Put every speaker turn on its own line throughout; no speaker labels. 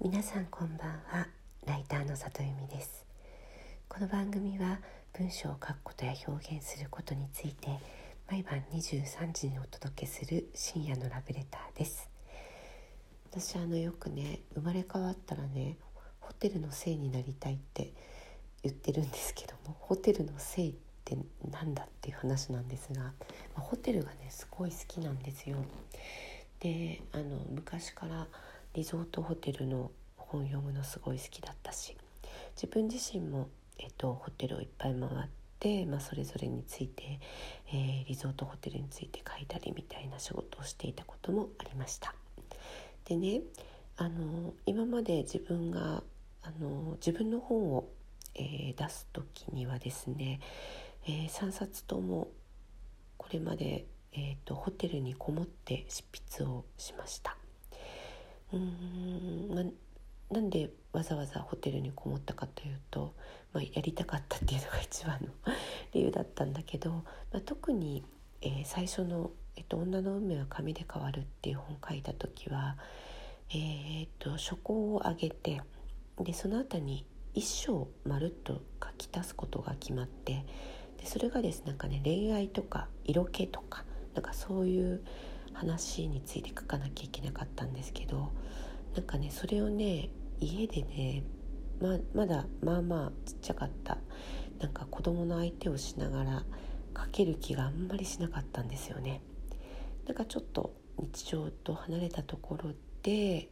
皆さんこんばんは。ライターの里由美です。この番組は文章を書くことや表現することについて毎晩23時にお届けする深夜のラブレターです。私よくね、生まれ変わったらね、ホテルのせいになりたいって言ってるんですけども、ホテルのせいってなんだっていう話なんですが、ホテルがねすごい好きなんですよ。で、昔からリゾートホテルの本読むのすごい好きだったし、自分自身も、ホテルをいっぱい回って、それぞれについて、リゾートホテルについて書いたりみたいな仕事をしていたこともありました。でね、今まで自分が自分の本を、出す時にはですね、3冊ともこれまで、ホテルにこもって執筆をしました。なんでわざわざホテルにこもったかというと、やりたかったっていうのが一番の理由だったんだけど、特に、最初の、女の運命は紙で変わるっていう本を書いた時は、初稿を上げて、でその後に一章まるっと書き足すことが決まって、でそれがですね、恋愛とか色気とかそういう話について書かなきゃいけなかったんですけど、それをね家でね、まだちっちゃかった子供の相手をしながら書ける気があんまりしなかったんですよね。ちょっと日常と離れたところで、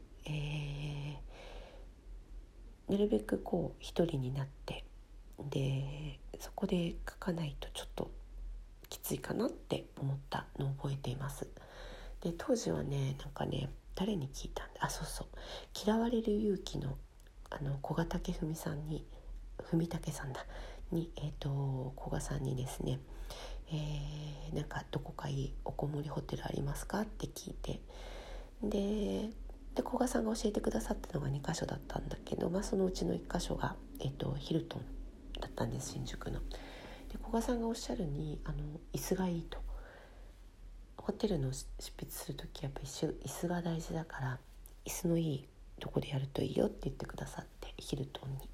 なるべく一人になって、でそこで書かないとちょっときついかなって思ったのを覚えています。で当時はね誰に聞いたんだ、嫌われる勇気の古賀武文さんに文武さんだに古賀さんにですね、どこかいいおこもりホテルありますかって聞いて、で古賀さんが教えてくださったのが2カ所だったんだけど、そのうちの1カ所が、ヒルトンだったんです、新宿の。で古賀さんがおっしゃるに椅子がいいと、ホテルの執筆するときやっぱり椅子が大事だから椅子のいいとこでやるといいよって言ってくださって、ヒルトンに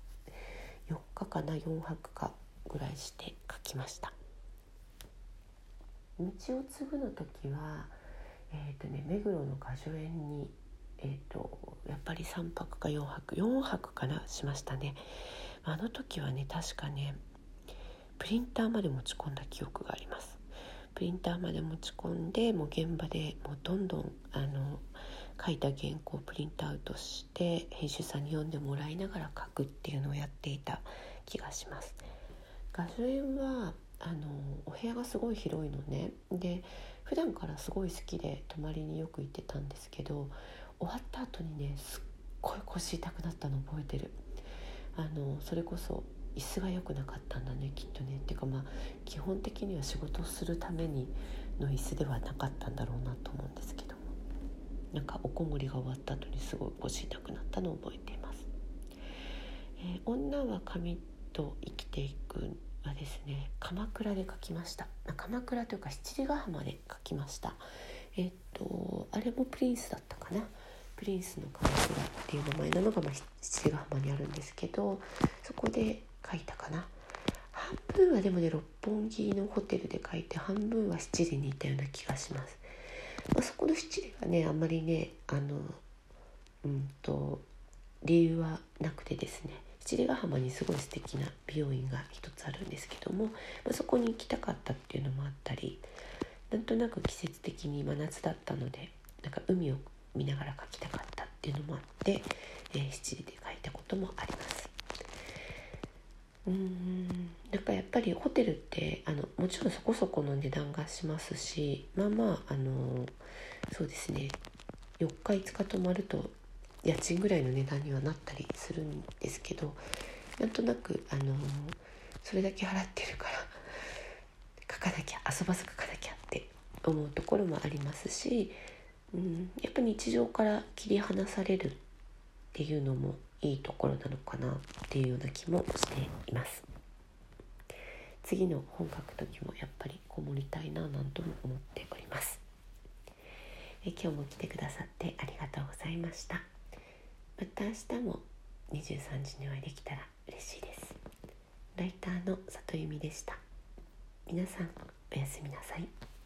4日かな4泊かぐらいして書きました。道を継ぐの時は目黒の雅叙園にやっぱり3泊か4泊かなしましたね。あの時はね確かねプリンターまで持ち込んだ記憶があります。プリンターまで持ち込んで、もう現場でもうどんどん書いた原稿をプリントアウトして編集さんに読んでもらいながら書くっていうのをやっていた気がします。雅叙園はお部屋がすごい広いのね。で普段からすごい好きで泊まりによく行ってたんですけど、終わった後にねすっごい腰痛くなったの覚えてる。それこそ椅子が良くなかったんだね、きっとね。っていうか基本的には仕事をするためにの椅子ではなかったんだろうなと思うんですけども、おこもりが終わった後にすごい腰痛くなったのを覚えています。女は紙と生きていくはですね、鎌倉で書きました。鎌倉というか七里ヶ浜で書きました。あれもプリンスだったかな。プリンスの鎌倉っていう名前なのが七里ヶ浜にあるんですけど、そこで書いたかな。半分はでもね六本木のホテルで書いて、半分は七里にいたような気がします。そこの七里はねあんまりね理由はなくてですね、七里ヶ浜にすごい素敵な美容院が一つあるんですけども、そこに行きたかったっていうのもあったり、なんとなく季節的に真夏だったので海を見ながら描きたかったっていうのもあって、七里で描いたこともあります。やっぱりホテルってもちろんそこそこの値段がしますし、そうですね、4日5日泊まると家賃ぐらいの値段にはなったりするんですけど、なんとなくそれだけ払ってるから書かなきゃ、遊ばず書かなきゃって思うところもありますし、やっぱ日常から切り離されるっていうのもいいところなのかなっていうような気もしています。次の本書く時もやっぱりこもりたいななんとも思っております。今日も来てくださってありがとうございました。 また明日も23時にお会いできたら嬉しいです。ライターの里由美でした。皆さんおやすみなさい。